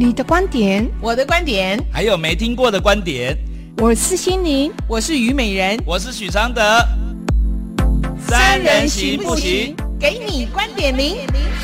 你的观点， 我的观点， 还有没听过的观点。 我是心灵， 我是虞美人， 我是许常德。三人行不行？ 给你观点零。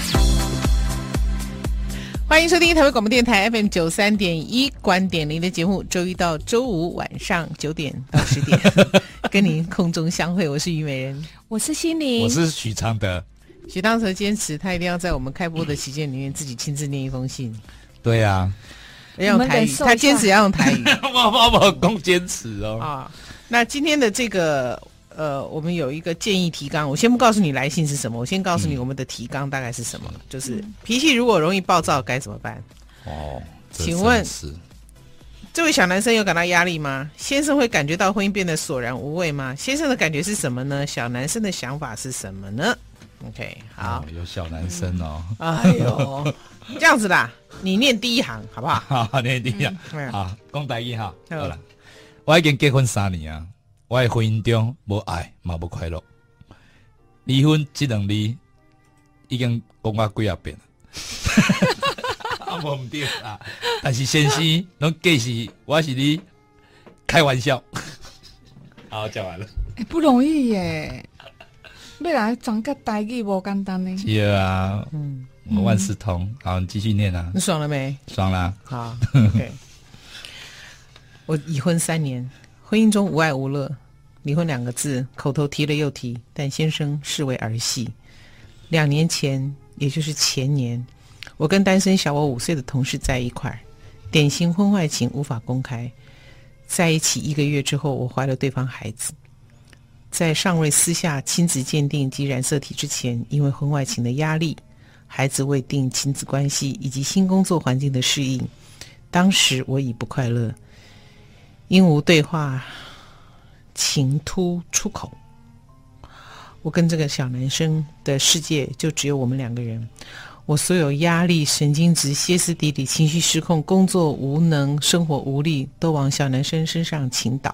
欢迎收听台湾广播电台 FM93.1 观点零的节目，周一到周五晚上9点到10点跟您空中相会。我是虞美人， 我是心灵， 我是许常德。 许常德坚持他一定要在我们开播的期间里面自己亲自念一封信。 对啊， 要用台语，他坚持要用台语。 我公坚持哦。 啊，那今天的这个我们有一个建议提纲，我先不告诉你来信是什么，我先告诉你我们的提纲大概是什么，就是脾气如果容易暴躁该怎么办？ 哦， 请问这位小男生有感到压力吗？先生会感觉到婚姻变得索然无味吗？先生的感觉是什么呢？小男生的想法是什么呢？ OK， 好， 有小男生哦。 哎呦，这样子啦，你念第一行好不好？ 好，念第一行。好，讲台语哈。好了，我已经结婚3年啊，我的婚姻中无爱嘛无快乐，离婚这2字已经讲我几啊遍了。无唔对啦，但是先生拢计是我是你开玩笑。好，讲完了。 不容易耶。要来转个台语不简单呢。 是啊，我万事通。好，你继续念啊。 你爽了没？ 爽啦。 好 ，OK。我已婚3年，婚姻中无爱无乐，离婚2个字口头提了又提，但先生视为儿戏。2年前，也就是前年，我跟单身小我5岁的同事在一块儿，典型婚外情无法公开。在一起1个月之后，我怀了对方孩子。在尚未私下亲子鉴定及染色体之前，因为婚外情的压力，孩子未定亲子关系以及新工作环境的适应，当时我已不快乐，因无对话，情突出口。我跟这个小男生的世界就只有我们2个人，我所有压力、神经质、歇斯底里、情绪失控、工作无能、生活无力，都往小男生身上倾倒。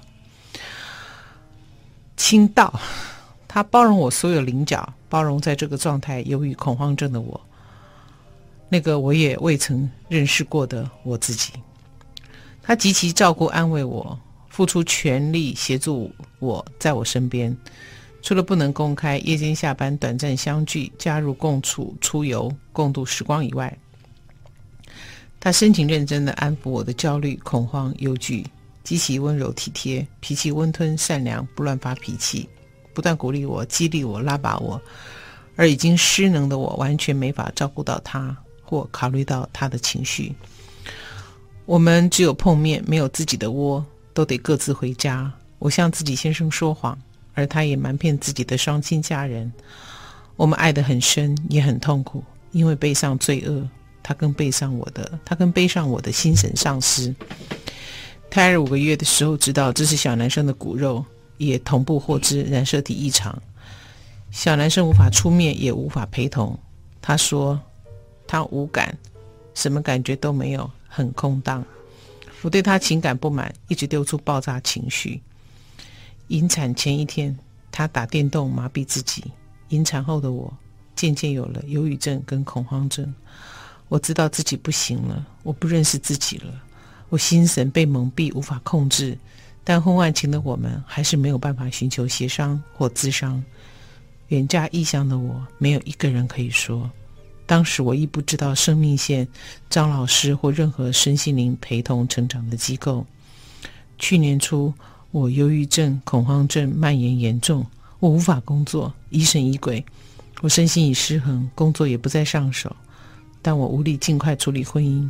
他包容我所有棱角，包容在这个状态忧郁恐慌症的我，那个我也未曾认识过的我自己。他极其照顾安慰我，付出全力协助我，在我身边，除了不能公开夜间下班短暂相聚，加入共处出游共度时光以外，他深情认真地安抚我的焦虑恐慌忧惧，极其温柔体贴，脾气温吞善良，不乱发脾气，不断鼓励我激励我拉拔我，而已经失能的我完全没法照顾到他或考虑到他的情绪。我们只有碰面，没有自己的窝，都得各自回家。我向自己先生说谎，而他也瞒骗自己的双亲家人。我们爱得很深，也很痛苦，因为背上罪恶，他更背上我的心神丧失。胎儿5个月的时候知道这是小男生的骨肉，也同步获知染色体异常。小男生无法出面，也无法陪同。他说他无感，什么感觉都没有，很空荡。我对他情感不满，一直丢出爆炸情绪。引产前1天，他打电动麻痹自己。引产后的我渐渐有了忧郁症跟恐慌症。我知道自己不行了，我不认识自己了，我心神被蒙蔽，无法控制。但婚外情的我们还是没有办法寻求协商或咨商。远嫁异乡的我没有一个人可以说，当时我亦不知道生命线、张老师或任何身心灵陪同成长的机构。去年初，我忧郁症、恐慌症蔓延严重，我无法工作，疑神疑鬼，我身心已失衡，工作也不再上手，但我无力尽快处理婚姻。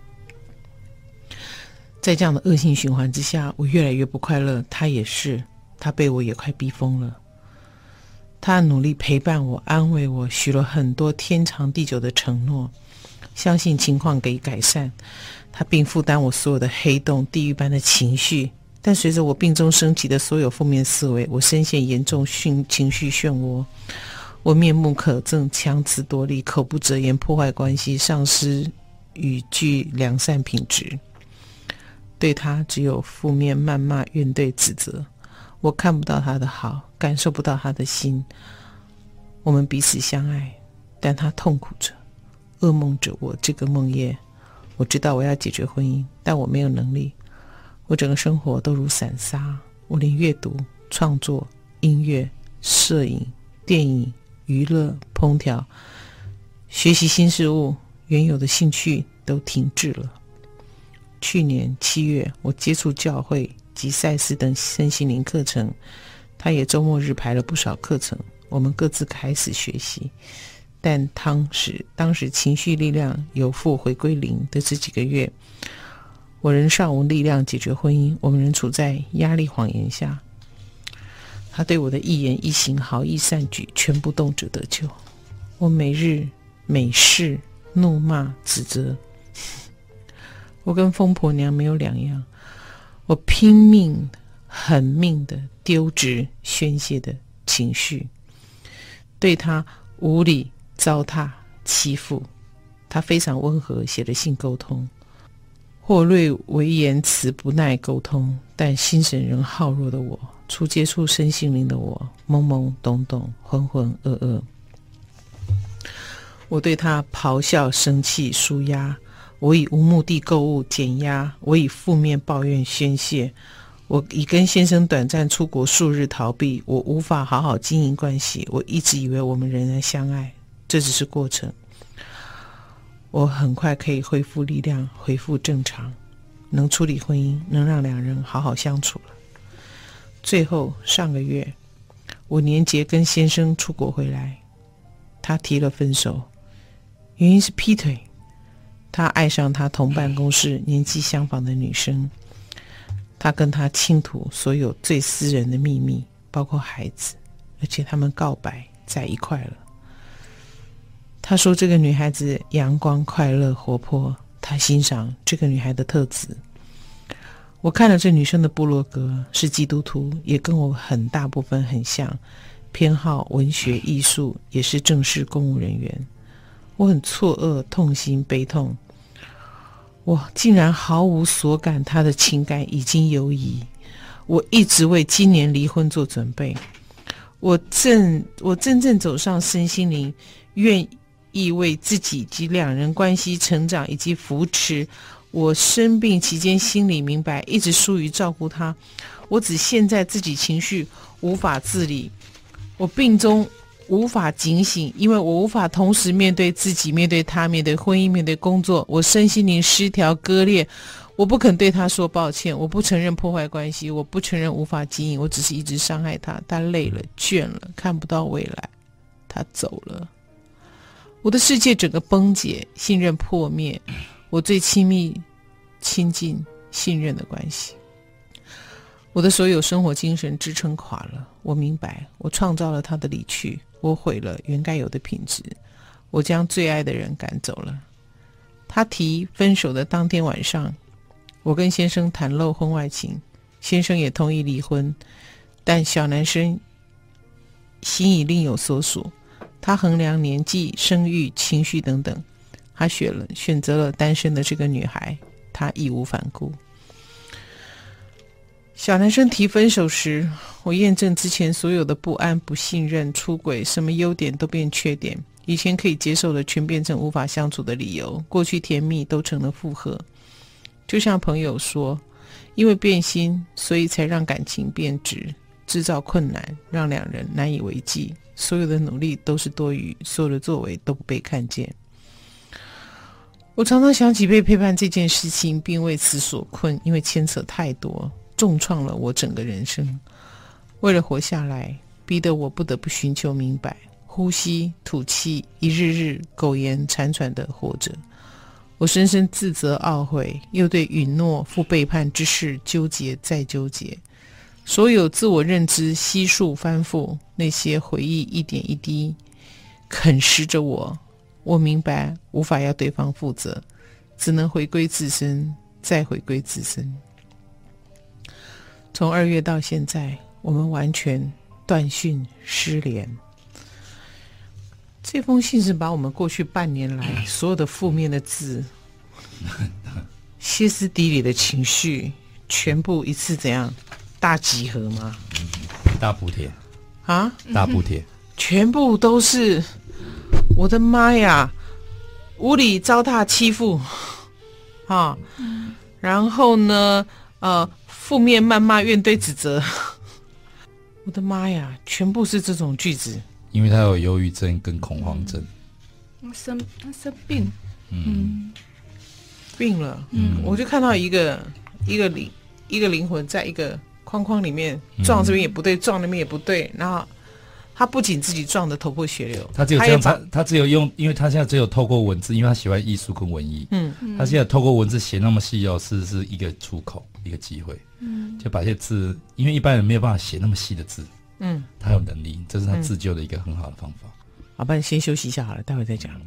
在这样的恶性循环之下，我越来越不快乐，他也是，他被我也快逼疯了。他努力陪伴我，安慰我，许了很多天长地久的承诺，相信情况可以改善。他并负担我所有的黑洞、地狱般的情绪，但随着我病中升起的所有负面思维，我深陷严重情绪漩涡。我面目可憎，强词夺理，口不择言，破坏关系，丧失语句良善品质。对他只有负面谩骂、怨怼、指责。我看不到他的好，感受不到他的心。我们彼此相爱，但他痛苦着，噩梦着我这个梦夜。 我知道我要解决婚姻，但我没有能力。我整个生活都如散沙，我连阅读、创作、音乐、摄影、电影、娱乐、烹调、学习新事物，原有的兴趣都停滞了。去年7月，我接触教会及赛斯等身心灵课程，他也周末日排了不少课程，我们各自开始学习。但当时情绪力量由负回归零的这几个月，我仍尚无力量解决婚姻，我们仍处在压力谎言下。他对我的一言一行、好意善举，全部动辄得咎。我每日每事怒骂指责，我跟疯婆娘没有两样。我拼命狠命的丢掷宣泄的情绪，对他无理糟蹋欺负。他非常温和，写了信沟通，或略为言辞不耐沟通，但心神仍好弱的我，初接触身心灵的我，懵懵懂懂，浑浑噩噩。我对他咆哮生气抒压，我以无目的购物减压，我以负面抱怨宣泄，我以跟先生短暂出国数日逃避，我无法好好经营关系，我一直以为我们仍然相爱，这只是过程。我很快可以恢复力量，恢复正常，能处理婚姻，能让两人好好相处了。最后上个月，我年节跟先生出国回来，他提了分手，原因是劈腿。他爱上他同办公室年纪相仿的女生，他跟他倾吐所有最私人的秘密，包括孩子，而且他们告白在一块了。他说这个女孩子阳光快乐活泼，他欣赏这个女孩的特质。我看了这女生的部落格，是基督徒，也跟我很大部分很像，偏好文学艺术，也是正式公务人员。我很错愕，痛心悲痛，我竟然毫无所感，他的情感已经游移。我一直为今年离婚做准备，我真正走上身心灵，愿意为自己及两人关系成长以及扶持。我生病期间心里明白，一直疏于照顾他，我只陷在自己情绪无法自理，我病中无法警醒，因为我无法同时面对自己，面对他，面对婚姻，面对工作。我身心灵失调割裂，我不肯对他说抱歉，我不承认破坏关系，我不承认无法经营，我只是一直伤害他。他累了，倦了，看不到未来，他走了。我的世界整个崩解，信任破灭，我最亲密、亲近、信任的关系，我的所有生活精神支撑垮了。我明白，我创造了他的离去，我毁了原该有的品质，我将最爱的人赶走了。他提分手的当天晚上，我跟先生袒露婚外情，先生也同意离婚，但小男生心已另有所属，他衡量年纪、生育、情绪等等，他选择了单身的这个女孩，他义无反顾。小男生提分手时，我验证之前所有的不安、不信任、出轨，什么优点都变缺点，以前可以接受的全变成无法相处的理由，过去甜蜜都成了负荷。就像朋友说，因为变心，所以才让感情变质，制造困难，让两人难以为继，所有的努力都是多余，所有的作为都不被看见。我常常想起被背叛这件事情，并为此所困，因为牵扯太多，重创了我整个人生。为了活下来，逼得我不得不寻求明白，呼吸吐气，一日日苟延残喘地活着。我深深自责懊悔，又对允诺负背叛之事纠结再纠结，所有自我认知悉数翻覆，那些回忆一点一滴啃食着我。我明白无法要对方负责，只能回归自身，再回归自身。从2月到现在，我们完全断讯失联。这封信是把我们过去半年来所有的负面的字、歇斯底里的情绪，全部一次怎样大集合吗？ 大补贴啊！ 大补贴， 全部都是，我的妈呀！无理糟蹋欺负， 啊，然后呢，负面谩骂、怨怼、指责，我的妈呀，全部是这种句子。 因为他有忧郁症跟恐慌症， 他生病， 病了。我就看到一个灵魂在一个框框里面撞这边也不对，撞那边也不对，然后他不仅自己撞得头破血流， 他只有这样，他只有用，因为他现在只有透过文字，因为他喜欢艺术跟文艺，他现在透过文字写那么细哦，是一个出口，一个机会，就把一些字，因为一般人没有办法写那么细的字，他有能力，这是他自救的一个很好的方法。 好，不然先休息一下好了，待会再讲。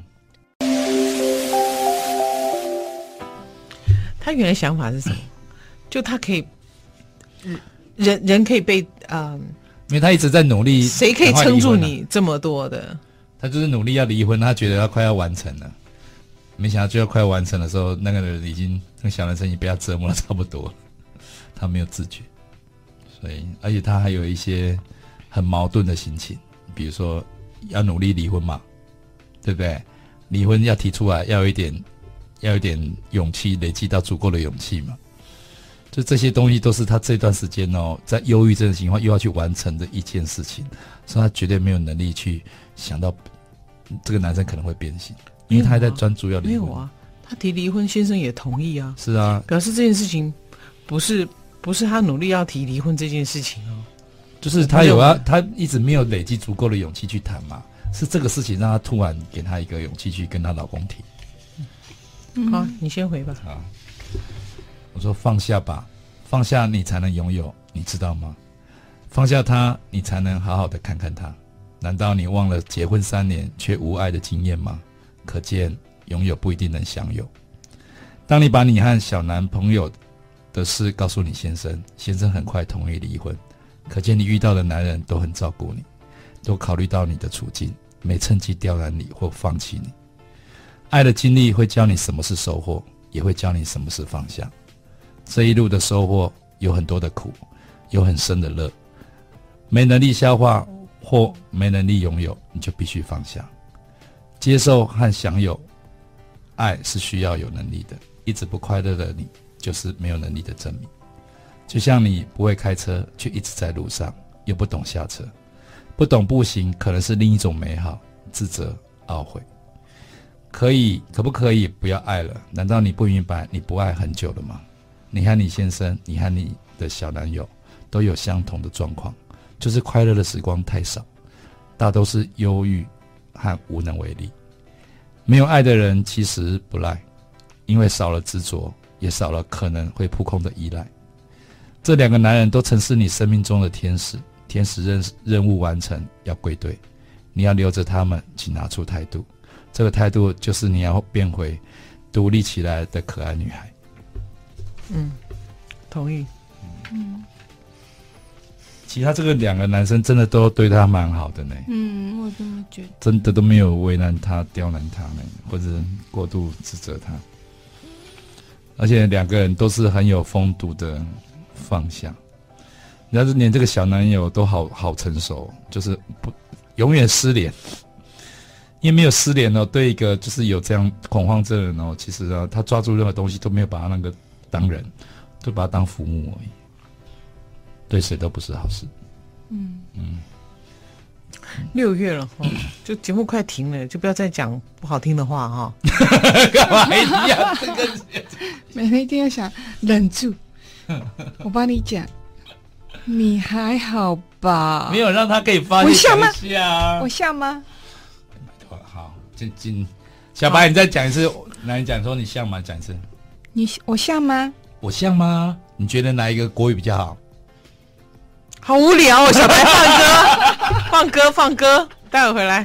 他原来想法是什么？就他可以，人可以被因为他一直在努力， 谁可以撑住你这么多的？ 他就是努力要离婚，他觉得他快要完成了，没想到就要快要完成的时候，那个人已经那个小男生已经被他折磨的差不多了，他没有自觉，所以而且他还有一些很矛盾的心情，比如说要努力离婚嘛，对不对？离婚要提出来，要有一点勇气，累积到足够的勇气嘛。就这些东西都是他这段时间在忧郁症的情况又要去完成的一件事情，所以他绝对没有能力去想到这个男生可能会变心，因为他还在专注要离婚。 没有啊，他提离婚，先生也同意啊。 是啊， 表示这件事情不是他努力要提离婚这件事情哦， 就是他一直没有累积足够的勇气去谈嘛，是这个事情让他突然给他一个勇气去跟他老公提。 好，你先回吧。 好，我说放下吧，放下你才能拥有，你知道吗？放下他，你才能好好的看看他。难道你忘了结婚3年却无爱的经验吗？可见拥有不一定能享有。当你把你和小男朋友的事告诉你先生，先生很快同意离婚，可见你遇到的男人都很照顾你，都考虑到你的处境，没趁机刁难你或放弃你。爱的经历会教你什么是收获，也会教你什么是放下。这一路的收获有很多的苦，有很深的乐，没能力消化或没能力拥有，你就必须放下。接受和享有爱是需要有能力的，一直不快乐的你就是没有能力的证明。就像你不会开车却一直在路上，又不懂下车，不懂步行可能是另一种美好，自责懊悔。可不可以不要爱了？难道你不明白你不爱很久了吗？你和你先生，你和你的小男友都有相同的状况，就是快乐的时光太少，大都是忧郁和无能为力。没有爱的人其实不赖，因为少了执着，也少了可能会扑空的依赖。这2个男人都曾是你生命中的天使，天使任务完成要归队，你要留着他们，请拿出态度。这个态度就是你要变回独立起来的可爱女孩。 同意。 其他这个2个男生真的都对他蛮好的呢。 我这么觉得， 真的都没有为难他、刁难他呢，或者过度指责他。而且2个人都是很有风度的放下。人家连这个小男友都好成熟，就是不永远失联。因为没有失联对一个就是有这样恐慌症的人其实他抓住任何东西都没有把他那个当人，就把他当浮木而已，对谁都不是好事。 6月了就节目快停了，就不要再讲不好听的话哈。 干嘛一定要这个？ 每天一定要想忍住。我帮你讲，你还好吧？ 没有让他可以发我像吗？ 我像吗？ 好，小白，你再讲一次。来，你讲说你像吗？讲一次。 我像吗？ 我像吗？你觉得哪一个国语比较好？ 好无聊哦，小白放歌，待会回来。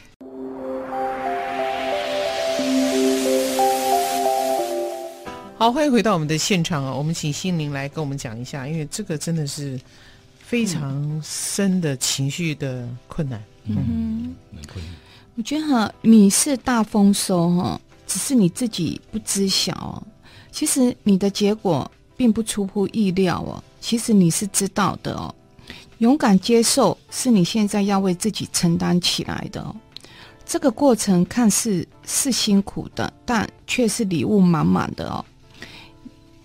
好，欢迎回到我们的现场我们请心灵来跟我们讲一下，因为这个真的是非常深的情绪的困难。 我觉得你是大丰收只是你自己不知晓其实你的结果并不出乎意料其实你是知道的勇敢接受是你现在要为自己承担起来的这个过程看似是辛苦的，但却是礼物满满的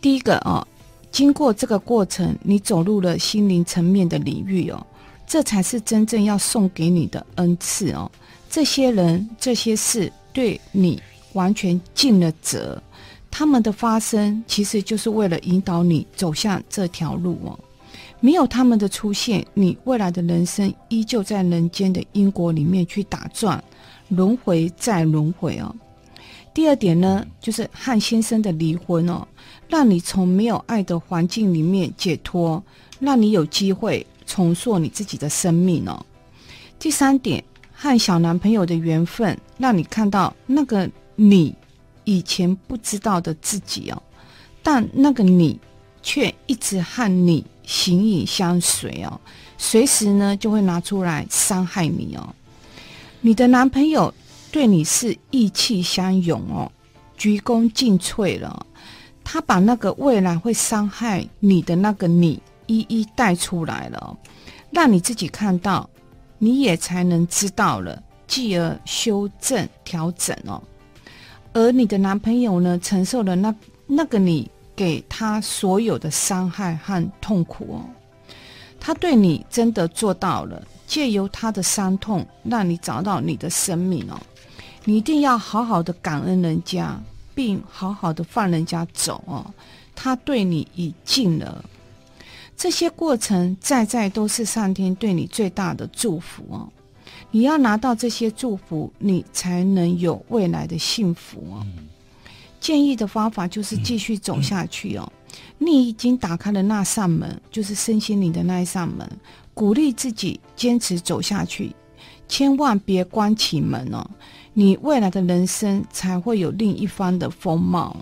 第一个经过这个过程，你走入了心灵层面的领域这才是真正要送给你的恩赐这些人这些事对你完全尽了责，他们的发生其实就是为了引导你走向这条路没有他们的出现，你未来的人生依旧在人间的因果里面去打转，轮回再轮回第二点呢，就是和先生的离婚让你从没有爱的环境里面解脱，让你有机会重塑你自己的生命第三点，和小男朋友的缘分，让你看到那个你以前不知道的自己但那个你却一直和你形影相随随时呢就会拿出来伤害你你的男朋友对你是意气相拥鞠躬尽瘁了他把那个未来会伤害你的那个你一一带出来了让你自己看到，你也才能知道了，继而修正调整而你的男朋友呢，承受了那个你给他所有的伤害和痛苦他对你真的做到了，借由他的伤痛让你找到你的生命你一定要好好的感恩人家，并好好的放人家走他对你已尽了，这些过程在都是上天对你最大的祝福你要拿到这些祝福，你才能有未来的幸福建议的方法就是继续走下去你已经打开了那扇门，就是身心灵的那一扇门，鼓励自己坚持走下去，千万别关起门你未来的人生才会有另一番的风貌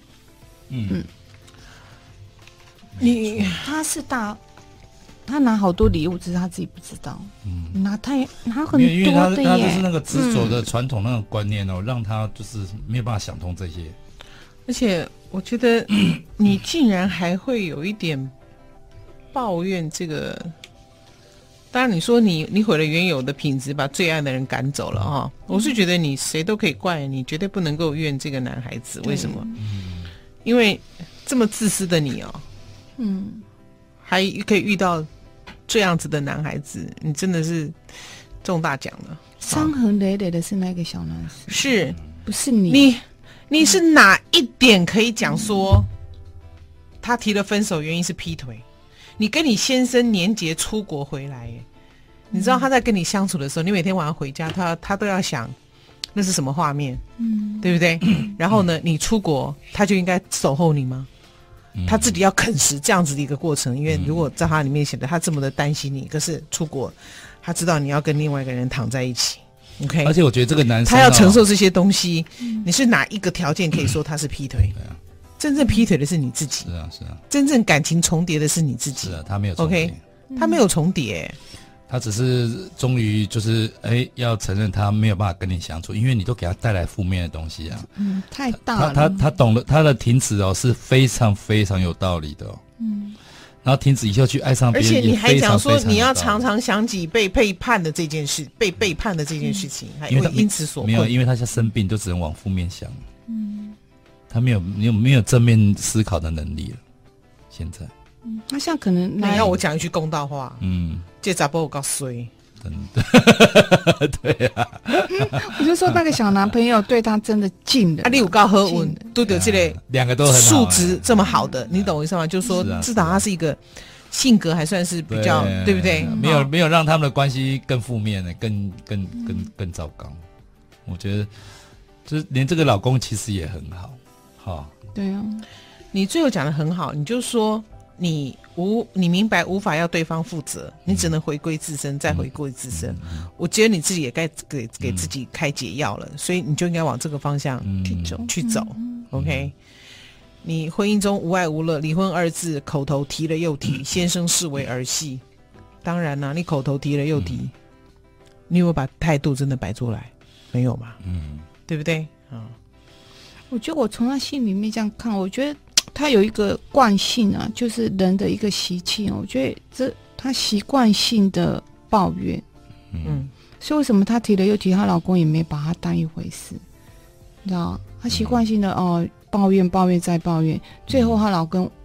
他拿好多礼物，只是他自己不知道拿很多的耶， 因为他就是那个执着的传统那种观念让他就是没有办法想通这些。 而且我觉得你竟然还会有一点抱怨这个，当然你说你毁了原有的品质，把最爱的人赶走了我是觉得你谁都可以怪，你绝对不能够怨这个男孩子。为什么？因为这么自私的你还可以遇到这样子的男孩子，你真的是中大奖了。 伤痕累累的是那个小男生， 是不是你？ 你是哪一点可以讲说他提了分手原因是劈腿？你跟你先生年节出国回来你知道他在跟你相处的时候，你每天晚上回家他都要想那是什么画面对不对然后呢你出国他就应该守候你吗？他自己要啃食这样子的一个过程，因为如果在他里面显得他这么的担心你，可是出国他知道你要跟另外一个人躺在一起，OK？ 而且我觉得这个男生他要承受这些东西你是哪一个条件可以说他是劈腿真正劈腿的是你自己。 是啊真正感情重叠的是你自己。 是啊，他没有重叠 OK？ 他没有重叠他只是终于就是要承认他没有办法跟你相处，因为你都给他带来负面的东西太大了。 他懂了，他的停止是非常非常有道理的然后停止以后去爱上别人， 而且你还讲说你要常常常想起被背叛的这件事，被背叛的这件事情，还会因此所困。 没有，因为他现在生病，就只能往负面想他没有正面思考的能力了。现在他现在可能你要我讲一句公道话这查甫有够衰真的对我就说那个小男朋友对他真的尽了你有够好运对得这个两个都很好素质这么好的你懂我意思吗？就是说至少他是一个性格还算是比较 对不对没有让他们的关系更负面的更糟糕。我觉得就是连这个老公其实也很好对你最后讲的很好，你就说你明白无法要对方负责，你只能回归自身再回归自身我觉得你自己也该给自己开解药了，所以你就应该往这个方向去走OK？ 你婚姻中无爱无乐，离婚二字口头提了又提先生视为儿戏，当然啦你口头提了又提你有没有把态度真的摆出来？没有嘛对不对我觉得我从他心里面这样看，我觉得他有一个惯性就是人的一个习气我觉得他习惯性的抱怨所以为什么他提了又提，她老公也没把他当一回事，你知道他习惯性的抱怨再抱怨，最后她老公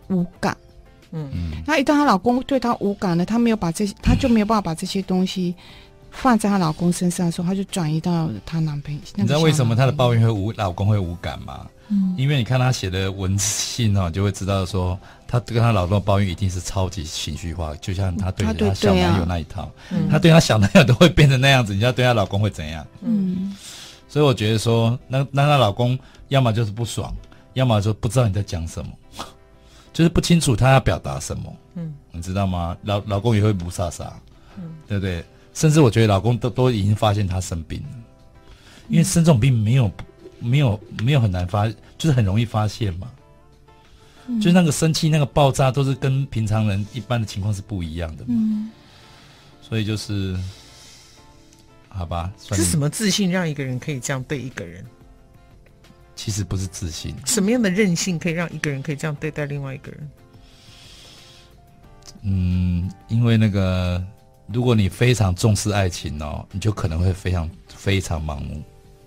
无感。那一旦她老公对她无感了，她就没有办法把这些东西放在她老公身上的时候，她就转移到她男朋友。 你知道为什么她的抱怨老公会无感吗？因为你看她写的文信就会知道说，她跟她老公的抱怨一定是超级情绪化，就像她对她小男友那一套，她对她小男友都会变成那样子，你知道对她老公会怎样？所以我觉得说，那她老公要么就是不爽，要么就不知道你在讲什么，就是不清楚她要表达什么。你知道吗？老公也会不傻傻，对不对？甚至我觉得老公都已经发现她生病了，因为生这种病没有很难发，就是很容易发现嘛。就是那个生气、那个爆炸，都是跟平常人一般的情况是不一样的嘛。所以就是，好吧， 是什么自信让一个人可以这样对一个人？ 其实不是自信， 什么样的韧性可以让一个人可以这样对待另外一个人？ 因为那个，如果你非常重视爱情你就可能会非常非常盲目。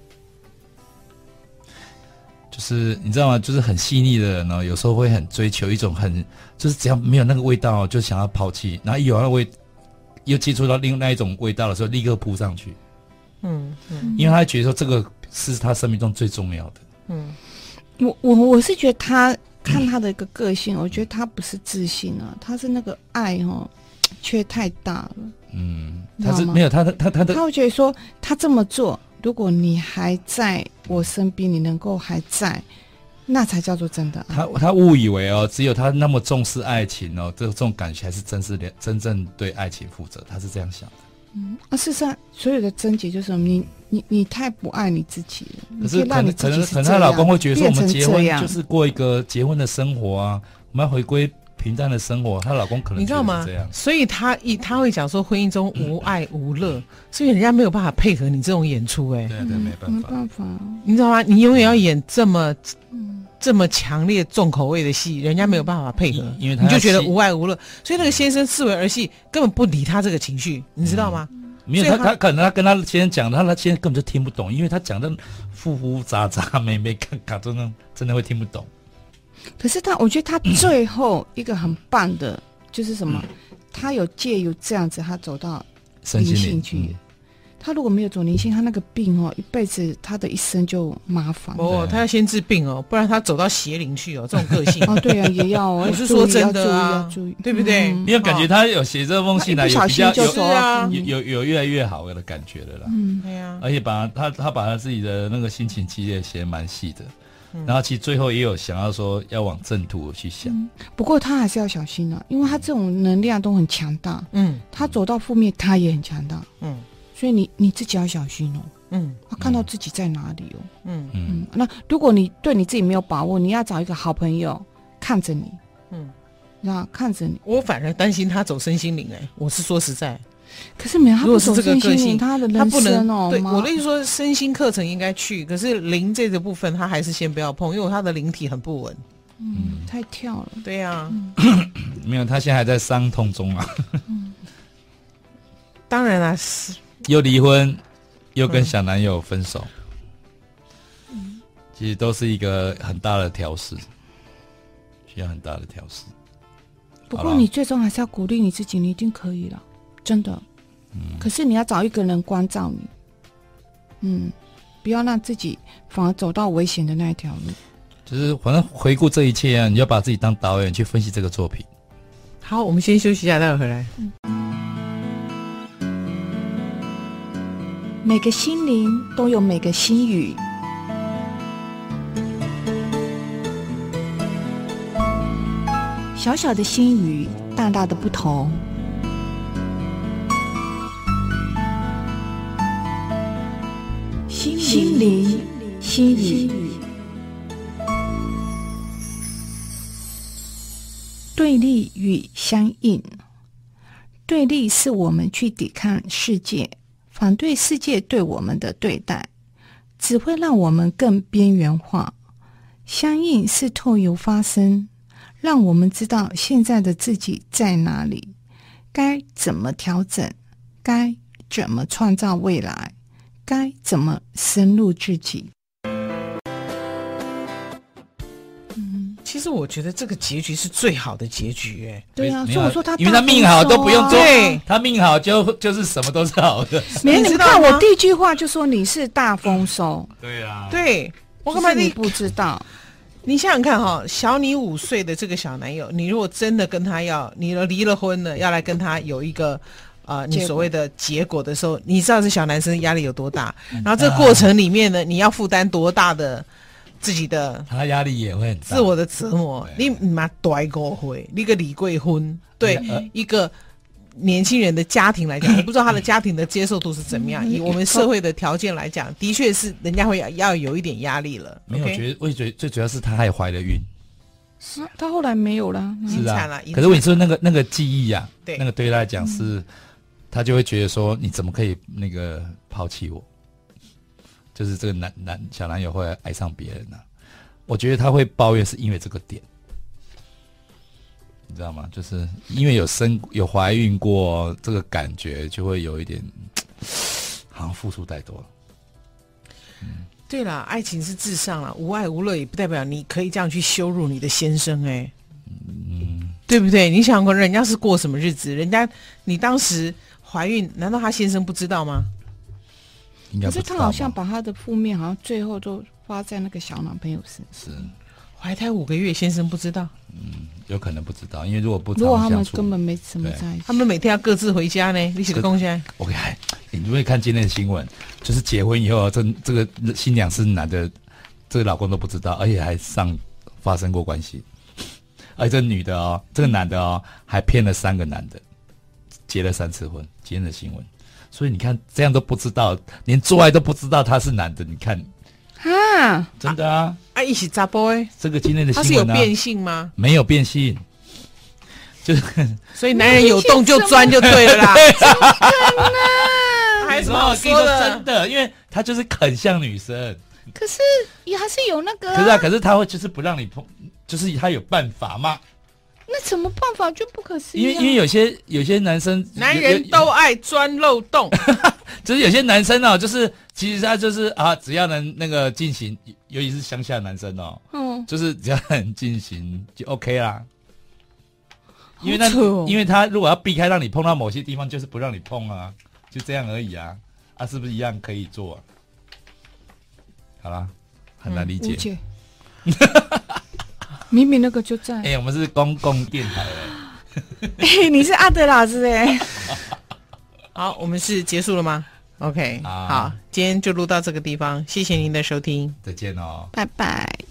就是你知道吗？就是很细腻的人有时候会很追求一种就是只要没有那个味道就想要抛弃，然后一有那个又接触到那一种味道的时候，立刻扑上去。因为他觉得说这个是他生命中最重要的。 我是觉得他看他的一个个性，我觉得他不是自信啊，他是那个爱却太大了。 他是没有他会觉得说他这么做，如果你还在我身边，你能够还在，那才叫做真的爱。 他误以为只有他那么重视爱情这种感觉才是真正对爱情负责，他是这样想的。 事实上，所有的症结就是你太不爱你自己了。 可是可能她老公会觉得说，我们结婚就是过一个结婚的生活啊，我们要回归平淡的生活。她老公可能你知道吗？所以他会讲说，婚姻中无爱无乐，所以人家没有办法配合你这种演出。 对，没办法。 你知道吗？你永远要演这么强烈重口味的戏，人家没有办法配合，因为你就觉得无爱无乐，所以那个先生视为儿戏，根本不理他这个情绪，你知道吗？ 没有他可能他跟他先生讲，他先生根本就听不懂，因为他讲的复杂没看，真的会听不懂。 可是我觉得他最后一个很棒的就是什么？他有借由这样子，他走到灵性去。他如果没有走灵性，他那个病一辈子他的一生就麻烦。 他要先治病不然他走到邪灵去这种个性对啊，也要我是说真的要注意， 对不对？ 因为感觉他有写这封信来， 不小心就走有越来越好的感觉了啦。 对啊， 而且他把他自己的那个心情其实也写得蛮细的。然后其实最后也有想要说要往正途去想。 不过他还是要小心因为他这种能量都很强大。他走到负面，他也很强大。所以你自己要小心他看到自己在哪里那如果你对你自己没有把握，你要找一个好朋友看着你。那看着你， 我反而担心他走身心灵我是说实在。 可是没有，他不走身心灵，他的人生对我的意思说，身心课程应该去，可是灵这个部分他还是先不要碰，因为他的灵体很不稳。 太跳了。 对呀。 没有，他现在还在伤痛中啊。 当然啦，是又离婚，又跟小男友分手，其实都是一个很大的调试，需要很大的调试。 不过你最终还是要鼓励你自己，你一定可以了，真的。可是你要找一个人关照你，不要让自己反而走到危险的那一条路。 就是反正回顾这一切你要把自己当导演去分析这个作品。 好，我们先休息一下，待会回来。 每个心灵都有每个心语，小小的心语，大大的不同。心灵心语，对立与相应。对立是我们去抵抗世界，反对世界对我们的对待，只会让我们更边缘化。相应是透由发生，让我们知道现在的自己在哪里，该怎么调整，该怎么创造未来，该怎么深入自己。 其实我觉得这个结局是最好的结局， 对啊，所以我说他因为他命好都不用做， 对， 他命好就是什么都是好的。 你看我第一句话就说你是大丰收， 对啊， 对，我干嘛你不知道？ 你想想看哈，小你5岁的这个小男友，你如果真的跟他你离了婚了，要来跟他有一个你所谓的结果的时候，你知道这小男生压力有多大，然后这个过程里面呢，你要负担多大的自己的， 他压力也会很大， 自我的折磨。你妈大5岁，你个离过婚，对一个年轻人的家庭来讲，我不知道他的家庭的接受度是怎么样。以我们社会的条件来讲，的确是人家会要有一点压力了。 没有，最主要是他还怀了孕。 他后来没有了， 是啊。可是我跟你说那个记忆啊， 对， 那个对他来讲是，他就会觉得说，你怎么可以那个抛弃我？就是这个小男友会爱上别人啊。我觉得他会抱怨是因为这个点。你知道吗？就是因为有怀孕过，这个感觉就会有一点，好像付出太多了。 对啦，爱情是至上啦，无爱无乐也不代表你可以这样去羞辱你的先生，对不对？你想过人家是过什么日子？你当时怀孕，难道他先生不知道吗？ 应该不知道。 可是他好像把他的负面，好像最后都花在那个小男朋友身上。 是。 怀胎5个月，先生不知道。 有可能不知道，因为如果他们根本没什么在一起， 他们每天要各自回家呢。你写个贡献。 我看你如果看今天的新闻，就是结婚以后，这个新娘是男的，这个老公都不知道，而且还发生过关系，而且这女的这个男的还骗了3个男的，结了3次婚。今天的新闻，所以你看这样都不知道，连做爱都不知道他是男的，你看。真的啊！ 一起查甫诶， 这个今天的新闻他是有变性吗？ 没有变性，就是所以男人有洞就钻就对了啦。 怎么可能？ 还是好说的， 真的，因为他就是很像女生， 可是也还是有那个。 可是他会就是不让你碰，就是他有办法吗？ 那什么办法就不可思议？ 因为有些男生， 男人都爱钻漏洞， 就是有些男生就是其实他就是只要能那个进行，尤其是乡下男生就是只要能进行就 OK 啦。因为他如果要避开让你碰到某些地方，就是不让你碰啊，就这样而已啊，是不是一样可以做好啦，很难理解。 明明那个就在。 我们是公共电台你是阿德老师好，我们是结束了吗 ？OK， 好，今天就录到这个地方，谢谢您的收听， 再见哦， 拜拜。